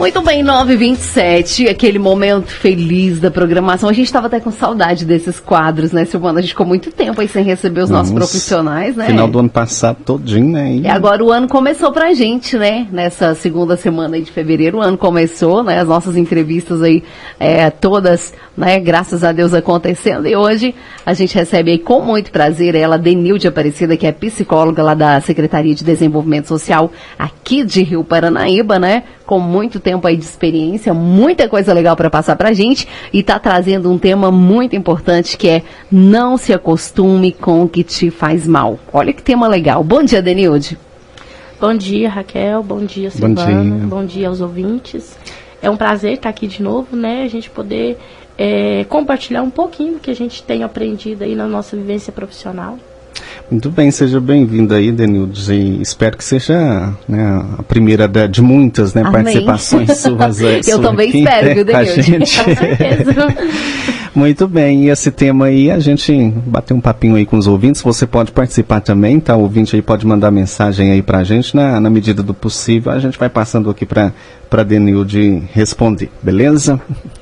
Muito bem, 9h27, aquele momento feliz da programação. A gente estava até com saudade desses quadros, né, Silvana? A gente ficou muito tempo aí sem receber os nossos profissionais, né? Final do ano passado todinho, né? E agora o ano começou pra gente, né? Nessa segunda semana aí de fevereiro, o ano começou, né? As nossas entrevistas aí, todas, né? Graças a Deus acontecendo. E hoje a gente recebe aí com muito prazer ela, Denilde Aparecida, que é psicóloga lá da Secretaria de Desenvolvimento Social aqui de Rio Paranaíba, né? Com muito tempo aí de experiência, muita coisa legal para passar pra gente, e tá trazendo um tema muito importante, que é não se acostume com o que te faz mal. Olha que tema legal. Bom dia, Denilde. Bom dia, Raquel. Bom dia, Silvana. Bom dia aos ouvintes. É um prazer estar aqui de novo, né? A gente poder compartilhar um pouquinho do que a gente tem aprendido aí na nossa vivência profissional. Muito bem, seja bem-vindo aí, Denilde, e espero que seja, né, a primeira de muitas, né, participações suas. Eu também aqui, espero, viu, Denilde? Com certeza. Muito bem, e esse tema aí, a gente bateu um papinho aí com os ouvintes, você pode participar também, tá? O ouvinte aí pode mandar mensagem aí pra gente, na medida do possível, a gente vai passando aqui pra Denilde responder, beleza?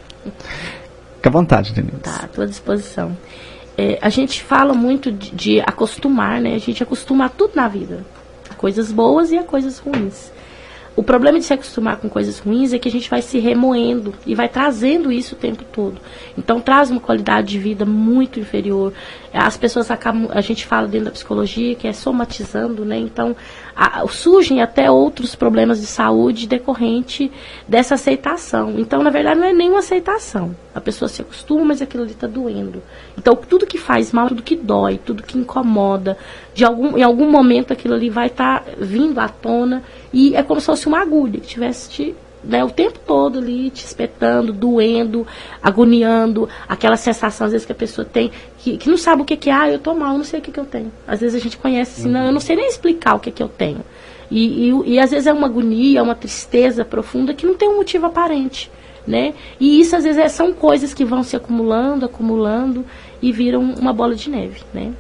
Fique à vontade, Denilde. Tá, estou à disposição. A gente fala muito de acostumar, né? A gente acostuma a tudo na vida. A coisas boas e a coisas ruins. O problema de se acostumar com coisas ruins é que a gente vai se remoendo e vai trazendo isso o tempo todo. Então traz uma qualidade de vida muito inferior. As pessoas acabam, a gente fala dentro da psicologia que é somatizando, né? Então surgem até outros problemas de saúde decorrente dessa aceitação. Então, na verdade, não é nenhuma aceitação. A pessoa se acostuma, mas aquilo ali está doendo. Então, tudo que faz mal, tudo que dói, tudo que incomoda, em algum momento aquilo ali vai estar vindo à tona, e é como se fosse uma agulha que tivesse o tempo todo ali te espetando, doendo, agoniando, aquela sensação às vezes que a pessoa tem, que não sabe o que é, eu tô mal, eu não sei o que eu tenho. Às vezes a gente conhece assim, não, eu não sei nem explicar o que eu tenho. E às vezes é uma agonia, uma tristeza profunda que não tem um motivo aparente, né? E isso às vezes são coisas que vão se acumulando e viram uma bola de neve, né?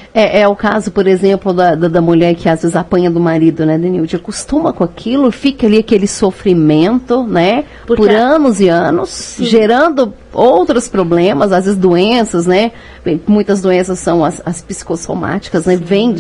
É o caso, por exemplo, da mulher que às vezes apanha do marido, né, Denilde? Acostuma com aquilo, fica ali aquele sofrimento, né? Por anos e anos, sim, gerando outros problemas, às vezes doenças, né? Muitas doenças são as psicossomáticas, né? Vêm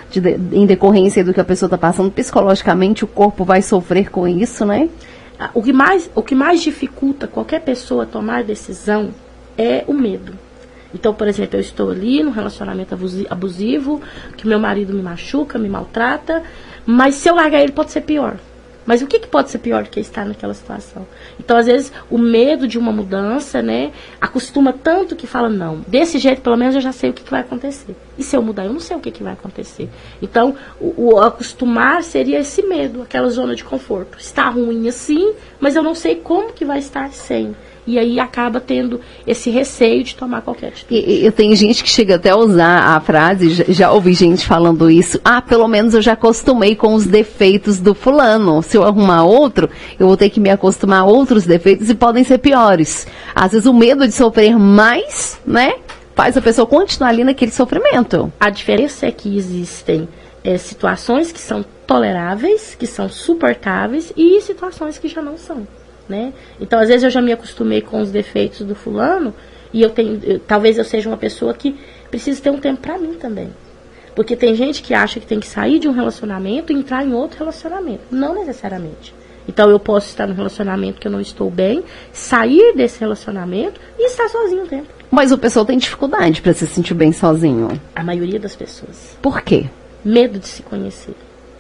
em decorrência do que a pessoa está passando. Psicologicamente, o corpo vai sofrer com isso, né? O que mais dificulta qualquer pessoa tomar decisão é o medo. Então, por exemplo, eu estou ali num relacionamento abusivo, que meu marido me machuca, me maltrata, mas se eu largar ele pode ser pior. Mas o que pode ser pior do que estar naquela situação? Então, às vezes, o medo de uma mudança, né, acostuma tanto que fala, não, desse jeito pelo menos eu já sei o que vai acontecer. E se eu mudar, eu não sei o que vai acontecer. Então, o acostumar seria esse medo, aquela zona de conforto. Está ruim assim, mas eu não sei como que vai estar sem. E aí acaba tendo esse receio de tomar qualquer atitude. E tem gente que chega até a usar a frase, já ouvi gente falando isso, pelo menos eu já acostumei com os defeitos do fulano. Se eu arrumar outro, eu vou ter que me acostumar a outros defeitos e podem ser piores. Às vezes o medo de sofrer mais, né, faz a pessoa continuar ali naquele sofrimento. A diferença é que existem situações que são toleráveis, que são suportáveis, e situações que já não são. Né? Então, às vezes eu já me acostumei com os defeitos do fulano e talvez eu seja uma pessoa que precisa ter um tempo para mim também. Porque tem gente que acha que tem que sair de um relacionamento e entrar em outro relacionamento. Não necessariamente. Então, eu posso estar num relacionamento que eu não estou bem, sair desse relacionamento e estar sozinho um tempo. Mas o pessoal tem dificuldade para se sentir bem sozinho. A maioria das pessoas. Por quê? Medo de se conhecer.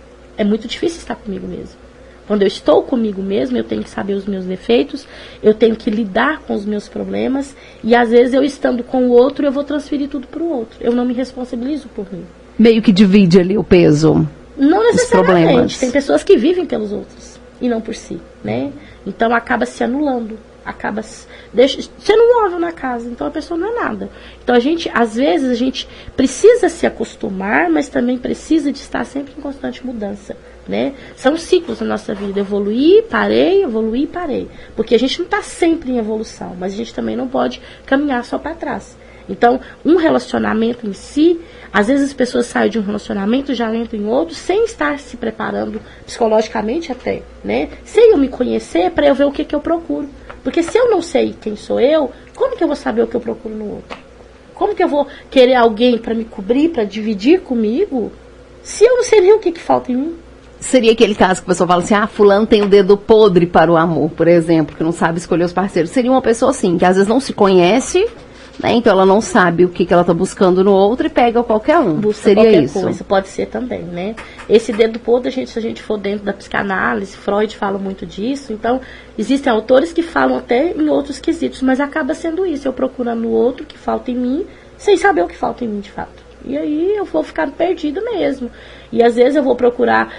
É muito difícil estar comigo mesmo. Quando eu estou comigo mesmo, eu tenho que saber os meus defeitos, eu tenho que lidar com os meus problemas, e às vezes eu estando com o outro, eu vou transferir tudo para o outro. Eu não me responsabilizo por mim. Meio que divide ali o peso. Não necessariamente. Tem pessoas que vivem pelos outros e não por si, né? Então acaba se anulando, acaba sendo um móvel na casa, então a pessoa não é nada. Então às vezes a gente precisa se acostumar, mas também precisa de estar sempre em constante mudança. Né? São ciclos na nossa vida, evoluir, parei. Porque a gente não está sempre em evolução, mas a gente também não pode caminhar só para trás. Então, um relacionamento em si, às vezes as pessoas saem de um relacionamento, já entram em outro, sem estar se preparando psicologicamente até, né? Sem eu me conhecer, para eu ver o que eu procuro. Porque se eu não sei quem sou eu, como que eu vou saber o que eu procuro no outro? Como que eu vou querer alguém para me cobrir, para dividir comigo, se eu não sei nem o que falta em mim? Seria aquele caso que a pessoa fala assim, fulano tem o dedo podre para o amor, por exemplo, que não sabe escolher os parceiros. Seria uma pessoa assim, que às vezes não se conhece, né? Então ela não sabe o que ela está buscando no outro e pega qualquer um. Busca seria qualquer isso. Coisa, pode ser também, né? Esse dedo podre, se a gente for dentro da psicanálise, Freud fala muito disso, então existem autores que falam até em outros quesitos, mas acaba sendo isso, eu procurando no outro o que falta em mim, sem saber o que falta em mim de fato. E aí eu vou ficar perdido mesmo. E às vezes eu vou procurar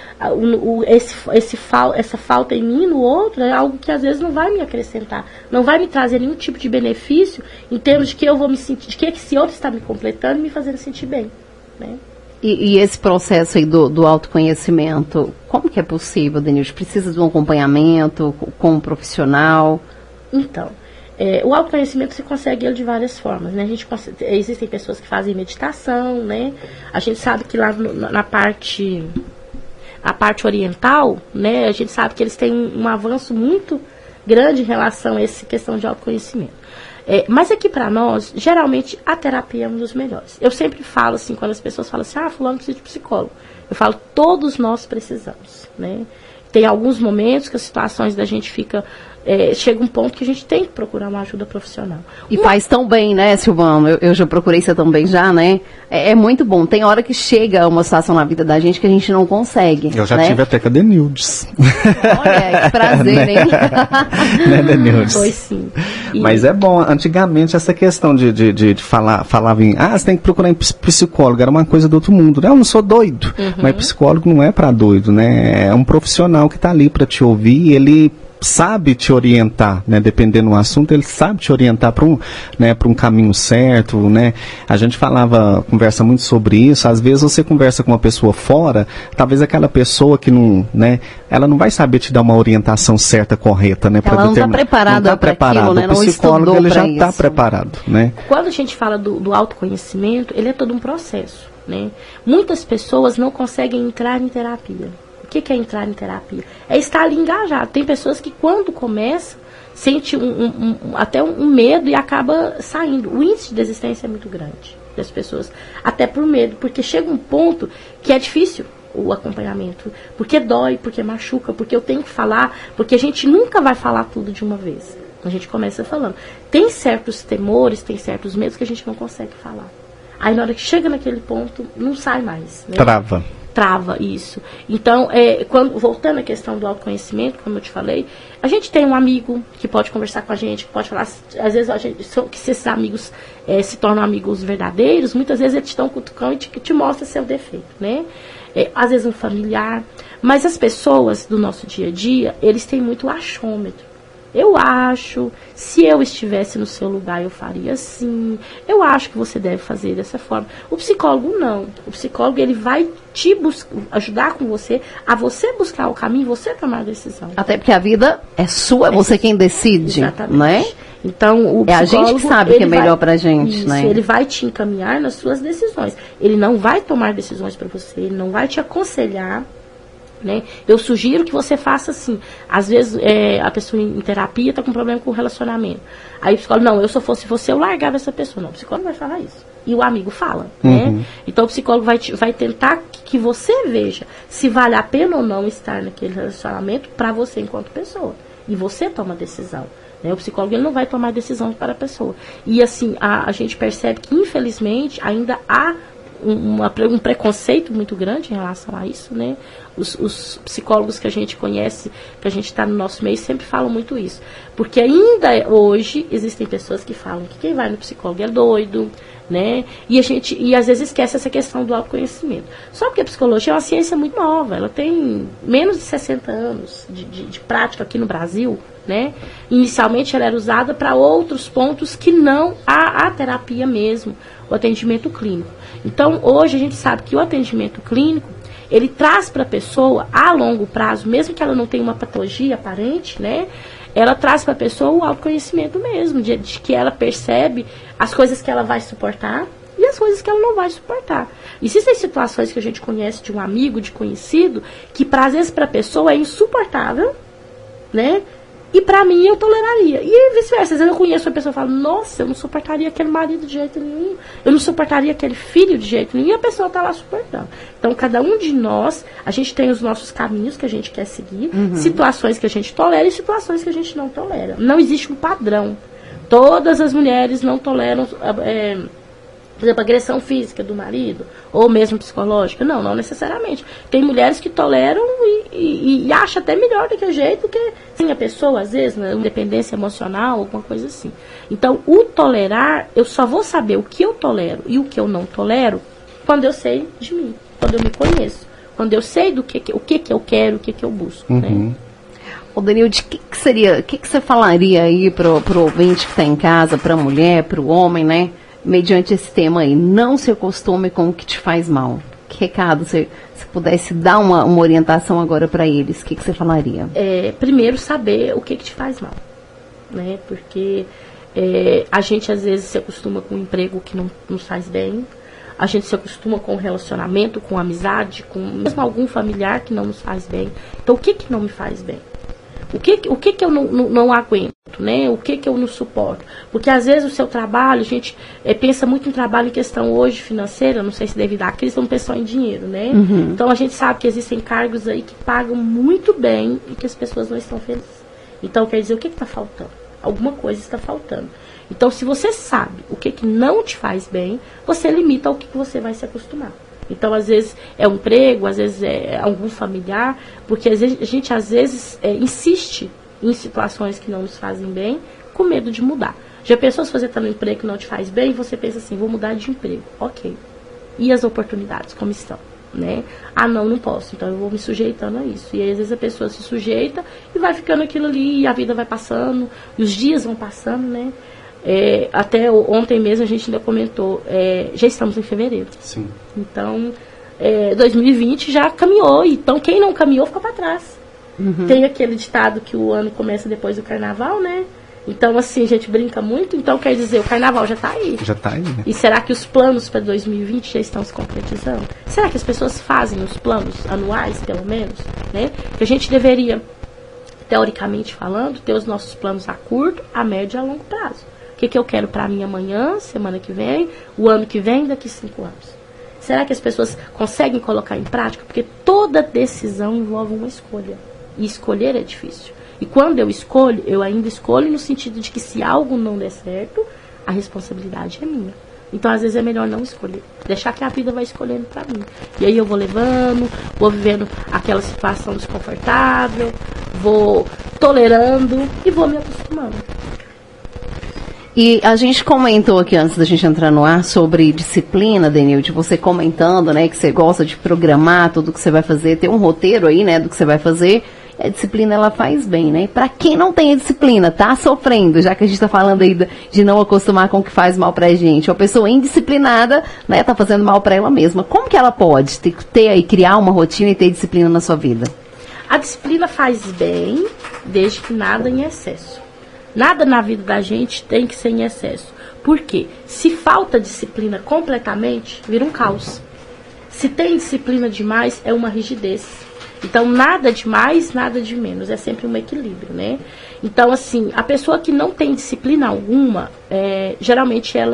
essa falta em mim no outro, é algo que às vezes não vai me acrescentar, não vai me trazer nenhum tipo de benefício em termos de que eu vou me sentir, de que esse outro está me completando e me fazendo sentir bem, né? E esse processo aí do autoconhecimento, como que é possível, Denilde? Precisa de um acompanhamento com um profissional? Então, o autoconhecimento você consegue ele de várias formas, né? Existem pessoas que fazem meditação, né? A gente sabe que lá na parte oriental, né? A gente sabe que eles têm um avanço muito grande em relação a essa questão de autoconhecimento. Mas aqui para nós, geralmente, a terapia é um dos melhores. Eu sempre falo assim, quando as pessoas falam assim, fulano precisa de psicólogo. Eu falo, todos nós precisamos, né? Tem alguns momentos que as situações da gente chega um ponto que a gente tem que procurar uma ajuda profissional. E faz tão bem, né, Silvano? Eu já procurei você também já, né? É muito bom. Tem hora que chega uma situação na vida da gente que a gente não consegue. Eu já né? tive até com a Denildes. Olha, que prazer, hein? Né, Denildes? Foi sim. Mas é bom, antigamente essa questão de falava em, você tem que procurar em psicólogo, era uma coisa do outro mundo, né? Eu não sou doido, mas psicólogo não é para doido, né? É um profissional que está ali para te ouvir e ele sabe te orientar, né? Dependendo do assunto, ele sabe te orientar para um caminho certo, né? A gente conversa muito sobre isso. Às vezes você conversa com uma pessoa fora, talvez aquela pessoa que não, né? Ela não vai saber te dar uma orientação certa, correta, né? Ela não está preparada para aquilo, né? O psicólogo ele já está preparado, né? Quando a gente fala do autoconhecimento, ele é todo um processo, né? Muitas pessoas não conseguem entrar em terapia. O que é entrar em terapia? É estar ali engajado. Tem pessoas que quando começa, sente até um medo e acaba saindo. O índice de desistência é muito grande das pessoas, até por medo, porque chega um ponto que é difícil o acompanhamento, porque dói, porque machuca, porque eu tenho que falar, porque a gente nunca vai falar tudo de uma vez. A gente começa falando. Tem certos temores, tem certos medos que a gente não consegue falar. Aí na hora que chega naquele ponto, não sai mais. Né? Trava isso. Então, voltando à questão do autoconhecimento, como eu te falei, a gente tem um amigo que pode conversar com a gente, que pode falar, às vezes que se esses amigos se tornam amigos verdadeiros, muitas vezes eles te dão um cutucão e te mostram seu defeito, né? Às vezes um familiar, mas as pessoas do nosso dia a dia, eles têm muito achômetro. Eu acho, se eu estivesse no seu lugar, eu faria assim. Eu acho que você deve fazer dessa forma. O psicólogo não. O psicólogo, ele vai te ajudar com você, a você buscar o caminho, você tomar a decisão. Até porque a vida é sua, é você quem decide, exatamente. Né? Então, o psicólogo, a gente que sabe o que é melhor pra gente, isso, né? Ele vai te encaminhar nas suas decisões. Ele não vai tomar decisões para você, ele não vai te aconselhar. Né? Eu sugiro que você faça assim. Às vezes a pessoa em terapia está com problema com o relacionamento. Aí o psicólogo, não, se eu fosse você, eu largava essa pessoa. Não, o psicólogo vai falar isso. E o amigo fala. Né? Então o psicólogo vai tentar que você veja se vale a pena ou não estar naquele relacionamento para você enquanto pessoa. E você toma a decisão. Né? O psicólogo ele não vai tomar decisão para a pessoa. E assim, a gente percebe que infelizmente ainda há um preconceito muito grande em relação a isso, né? Os psicólogos que a gente conhece, que a gente está no nosso meio, sempre falam muito isso. Porque ainda hoje existem pessoas que falam que quem vai no psicólogo é doido, né? E às vezes esquece essa questão do autoconhecimento. Só que a psicologia é uma ciência muito nova, ela tem menos de 60 anos de prática aqui no Brasil, né? Inicialmente ela era usada para outros pontos que não a terapia mesmo, o atendimento clínico. Então, hoje a gente sabe que o atendimento clínico, ele traz para a pessoa, a longo prazo, mesmo que ela não tenha uma patologia aparente, né? Ela traz para a pessoa o autoconhecimento mesmo, de que ela percebe as coisas que ela vai suportar e as coisas que ela não vai suportar. Existem situações que a gente conhece de um amigo, de conhecido, que às vezes para a pessoa é insuportável, né? E pra mim eu toleraria. E vice-versa. Às vezes eu conheço uma pessoa e falo, nossa, eu não suportaria aquele marido de jeito nenhum. Eu não suportaria aquele filho de jeito nenhum. E a pessoa tá lá suportando. Então, cada um de nós, a gente tem os nossos caminhos que a gente quer seguir, situações que a gente tolera e situações que a gente não tolera. Não existe um padrão. Todas as mulheres não toleram, por exemplo, agressão física do marido, ou mesmo psicológica. Não, não necessariamente. Tem mulheres que toleram e acham até melhor daquele jeito que sim, a pessoa, às vezes, né, independência emocional, alguma coisa assim. Então, o tolerar, eu só vou saber o que eu tolero e o que eu não tolero quando eu sei de mim, quando eu me conheço, quando eu sei o que eu quero, o que eu busco. Né? Ô, Denilde, o que você falaria aí pro ouvinte que está em casa, pra mulher, pro homem, né? Mediante esse tema aí, não se acostume com o que te faz mal. Que recado, se pudesse dar uma orientação agora para eles, o que você falaria? Primeiro, saber o que te faz mal, né? Porque a gente às vezes se acostuma com um emprego que não nos faz bem, a gente se acostuma com um relacionamento, com amizade, com mesmo algum familiar que não nos faz bem. Então, o que não me faz bem? O que eu não aguento, né? O que eu não suporto? Porque às vezes o seu trabalho, a gente pensa muito em trabalho em questão hoje financeira, não sei se devido à crise, não pensou em dinheiro, né? Então a gente sabe que existem cargos aí que pagam muito bem e que as pessoas não estão felizes. Então quer dizer, o que está faltando? Alguma coisa está faltando. Então se você sabe o que não te faz bem, você limita ao que você vai se acostumar. Então, às vezes, é um emprego, às vezes é algum familiar, porque a gente, às vezes, insiste em situações que não nos fazem bem, com medo de mudar. Já pensou se você está no emprego que não te faz bem, e você pensa assim, vou mudar de emprego. Ok. E as oportunidades, como estão? Né? Ah, não posso, então eu vou me sujeitando a isso. E aí, às vezes, a pessoa se sujeita e vai ficando aquilo ali, e a vida vai passando, e os dias vão passando, né? Até ontem mesmo a gente ainda comentou, já estamos em fevereiro. Sim. Então, 2020 já caminhou, então quem não caminhou fica para trás. Tem aquele ditado que o ano começa depois do carnaval, né? Então, assim, a gente brinca muito, então quer dizer, o carnaval já está aí. Já está aí, né? E será que os planos para 2020 já estão se concretizando? Será que as pessoas fazem os planos anuais, pelo menos? Né? Que a gente deveria, teoricamente falando, ter os nossos planos a curto, a médio e a longo prazo. O que eu quero para mim amanhã, semana que vem, o ano que vem, daqui 5 anos? Será que as pessoas conseguem colocar em prática? Porque toda decisão envolve uma escolha. E escolher é difícil. E quando eu escolho, eu ainda escolho no sentido de que se algo não der certo, a responsabilidade é minha. Então, às vezes, é melhor não escolher. Deixar que a vida vai escolhendo para mim. E aí eu vou levando, vou vivendo aquela situação desconfortável, vou tolerando e vou me acostumando. E a gente comentou aqui antes da gente entrar no ar sobre disciplina, Denilde, você comentando, né, que você gosta de programar tudo que você vai fazer, ter um roteiro aí, né, do que você vai fazer. A disciplina, ela faz bem, né? Pra quem não tem a disciplina, tá sofrendo, já que a gente tá falando aí de não acostumar com o que faz mal pra gente. Uma pessoa indisciplinada, né, tá fazendo mal pra ela mesma. Como que ela pode ter aí, criar uma rotina e ter disciplina na sua vida? A disciplina faz bem, desde que nada em excesso. Nada na vida da gente tem que ser em excesso. Por quê? Se falta disciplina completamente, vira um caos. Se tem disciplina demais, é uma rigidez. Então, nada de mais, nada de menos. É sempre um equilíbrio, né? Então, assim, a pessoa que não tem disciplina alguma, geralmente ela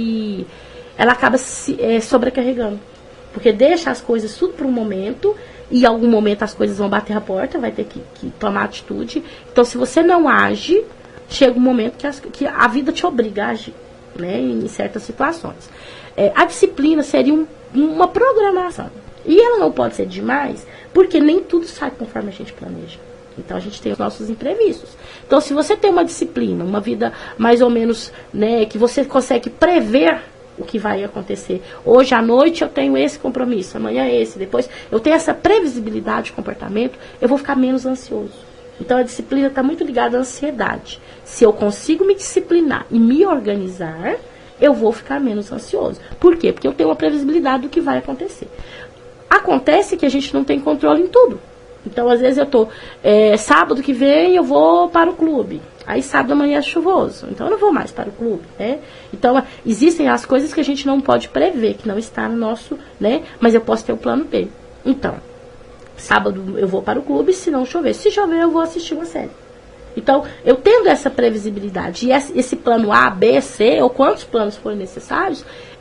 acaba se sobrecarregando. Porque deixa as coisas tudo para um momento, e em algum momento as coisas vão bater a porta, vai ter que tomar atitude. Então, se você não age, chega um momento que a vida te obriga a agir, né, em certas situações. A disciplina seria uma programação. E ela não pode ser demais, porque nem tudo sai conforme a gente planeja. Então, a gente tem os nossos imprevistos. Então, se você tem uma disciplina, uma vida mais ou menos, né, que você consegue prever o que vai acontecer. Hoje à noite eu tenho esse compromisso, amanhã esse, depois eu tenho essa previsibilidade de comportamento, eu vou ficar menos ansioso. Então, a disciplina está muito ligada à ansiedade. Se eu consigo me disciplinar e me organizar, eu vou ficar menos ansioso. Por quê? Porque eu tenho uma previsibilidade do que vai acontecer. Acontece que a gente não tem controle em tudo. Então, às vezes eu tô, sábado que vem eu vou para o clube. Aí sábado amanhã é chuvoso, então eu não vou mais para o clube, né? Então, existem as coisas que a gente não pode prever, que não está no nosso, né? Mas eu posso ter o plano B. Então, sábado eu vou para o clube, se não chover. Se chover, eu vou assistir uma série. Então, eu tendo essa previsibilidade e esse plano A, B, C, ou quantos planos forem necessários,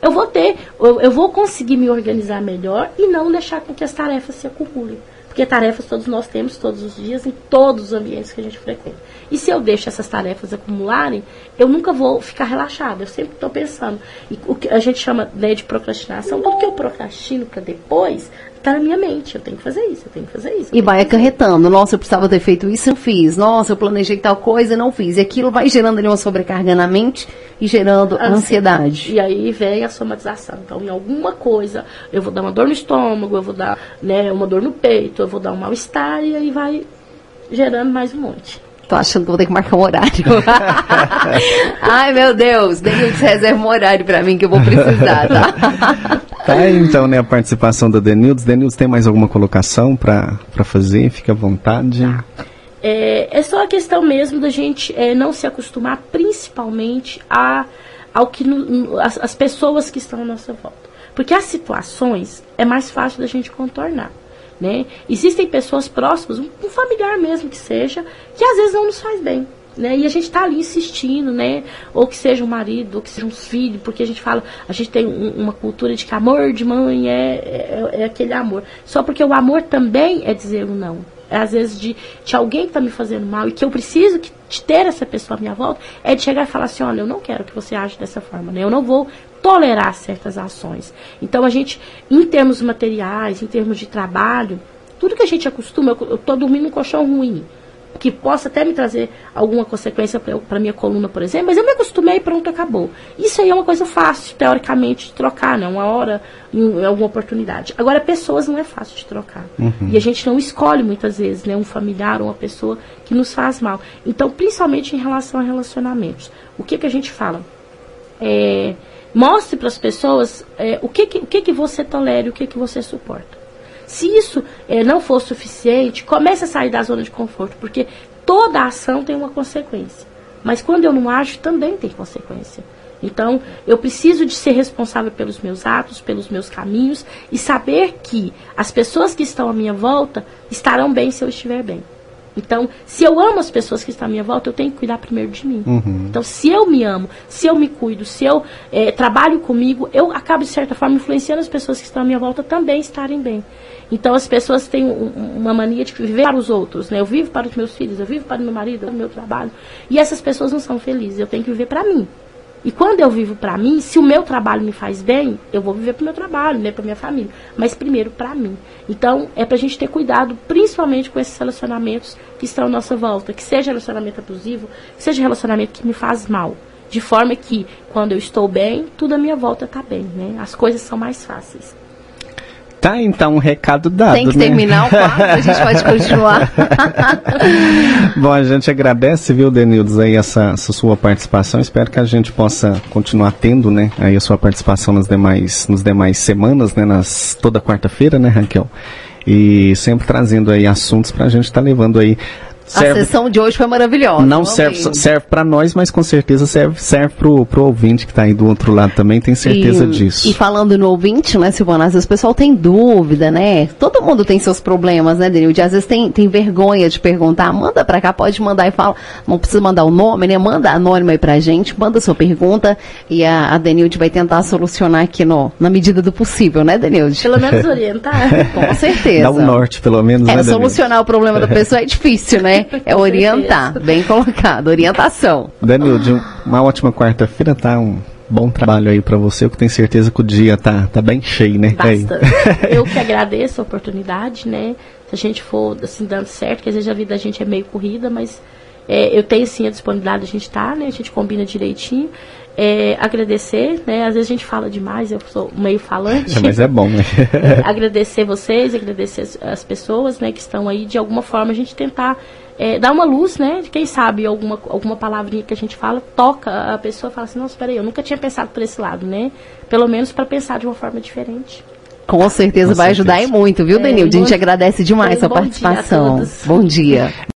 eu vou conseguir me organizar melhor e não deixar com que as tarefas se acumulem. Porque tarefas todos nós temos todos os dias, em todos os ambientes que a gente frequenta. E se eu deixo essas tarefas acumularem, eu nunca vou ficar relaxada. Eu sempre estou pensando. E o que a gente chama, né, de procrastinação, tudo que eu procrastino para depois, está na minha mente. Eu tenho que fazer isso, eu tenho que fazer isso. E vai acarretando. Nossa, eu precisava ter feito isso, eu fiz. Nossa, eu planejei tal coisa e não fiz. E aquilo vai gerando ali uma sobrecarga na mente e gerando ansiedade. E aí vem a somatização. Então, em alguma coisa, eu vou dar uma dor no estômago, eu vou dar, né, uma dor no peito, eu vou dar um mal-estar e aí vai gerando mais um monte. Tô achando que vou ter que marcar um horário. Ai, meu Deus. Denildes, reserva um horário pra mim que eu vou precisar, tá? Tá aí, então, né, a participação da Denildes. Denildes, tem mais alguma colocação pra fazer? Fique à vontade. É só a questão mesmo da gente não se acostumar principalmente ao que as pessoas que estão à nossa volta. Porque as situações é mais fácil da gente contornar. Né? Existem pessoas próximas, um familiar mesmo que seja, que às vezes não nos faz bem, né? E a gente está ali insistindo, né? Ou que seja um marido, ou que seja um filho, porque a gente tem uma cultura de que amor de mãe é aquele amor. Só porque o amor também é dizer o não. Às vezes de alguém que está me fazendo mal e que eu preciso de ter essa pessoa à minha volta, é de chegar e falar assim, olha, eu não quero que você age dessa forma, né? Eu não vou tolerar certas ações. Então a gente, em termos materiais, em termos de trabalho, tudo que a gente acostuma, eu estou dormindo num colchão ruim, que possa até me trazer alguma consequência para minha coluna, por exemplo, mas eu me acostumei e pronto, acabou. Isso aí é uma coisa fácil, teoricamente, de trocar, né? Uma hora, em alguma oportunidade. Agora, pessoas não é fácil de trocar. E a gente não escolhe, muitas vezes, né? Um familiar ou uma pessoa que nos faz mal. Então, principalmente em relação a relacionamentos. O que a gente fala? Mostre para as pessoas o que você tolera e o que você suporta. Se isso não for suficiente, comece a sair da zona de conforto, porque toda ação tem uma consequência. Mas quando eu não ajo, também tem consequência. Então, eu preciso de ser responsável pelos meus atos, pelos meus caminhos, e saber que as pessoas que estão à minha volta estarão bem se eu estiver bem. Então, se eu amo as pessoas que estão à minha volta, eu tenho que cuidar primeiro de mim. Então, se eu me amo, se eu me cuido, se eu trabalho comigo, eu acabo, de certa forma, influenciando as pessoas que estão à minha volta também estarem bem. Então, as pessoas têm uma mania de viver para os outros, né? Eu vivo para os meus filhos, eu vivo para o meu marido, para o meu trabalho. E essas pessoas não são felizes, eu tenho que viver para mim. E quando eu vivo para mim, se o meu trabalho me faz bem, eu vou viver para o meu trabalho, né, para minha família. Mas primeiro para mim. Então, é para a gente ter cuidado, principalmente com esses relacionamentos que estão à nossa volta. Que seja relacionamento abusivo, que seja relacionamento que me faz mal. De forma que, quando eu estou bem, tudo à minha volta está bem, né? As coisas são mais fáceis. Tá, então, um recado dado, tem que terminar o quadro, a gente pode continuar. Bom, a gente agradece, viu, Denildes, aí essa sua participação. Espero que a gente possa continuar tendo, né, aí a sua participação nos demais semanas, né, toda quarta-feira, né, Raquel? E sempre trazendo aí assuntos pra gente estar levando aí. A sessão de hoje foi maravilhosa. Não serve para nós, mas com certeza serve pro ouvinte que está aí do outro lado também, tem certeza disso. E falando no ouvinte, né, Silvana, às vezes o pessoal tem dúvida, né? Todo mundo tem seus problemas, né, Denilde? Às vezes tem vergonha de perguntar, manda para cá, pode mandar e fala, não precisa mandar o nome, né? Manda anônimo aí pra gente, manda sua pergunta e a Denilde vai tentar solucionar aqui na medida do possível, né, Denilde? Pelo menos orientar. Com certeza. Dá o norte, pelo menos, né, solucionar o problema da pessoa é difícil, né? É orientar, bem colocado, orientação. Denilde, uma ótima quarta-feira, tá? Um bom trabalho aí pra você, eu tenho certeza que o dia tá bem cheio, né? Bastante. Eu que agradeço a oportunidade, né? Se a gente for, assim, dando certo, que às vezes a vida da gente é meio corrida, mas eu tenho, sim, a disponibilidade, a gente tá, né? A gente combina direitinho. Agradecer, né? Às vezes a gente fala demais, eu sou meio falante. Mas é bom, né? Agradecer vocês, agradecer as pessoas, né, que estão aí, de alguma forma a gente tentar dar uma luz, né? Quem sabe alguma palavrinha que a gente fala, toca a pessoa e fala assim, nossa, espera aí, eu nunca tinha pensado por esse lado, né? Pelo menos para pensar de uma forma diferente. Com certeza vai ajudar e muito, viu, Denilde? A gente agradece demais a sua participação. Bom dia.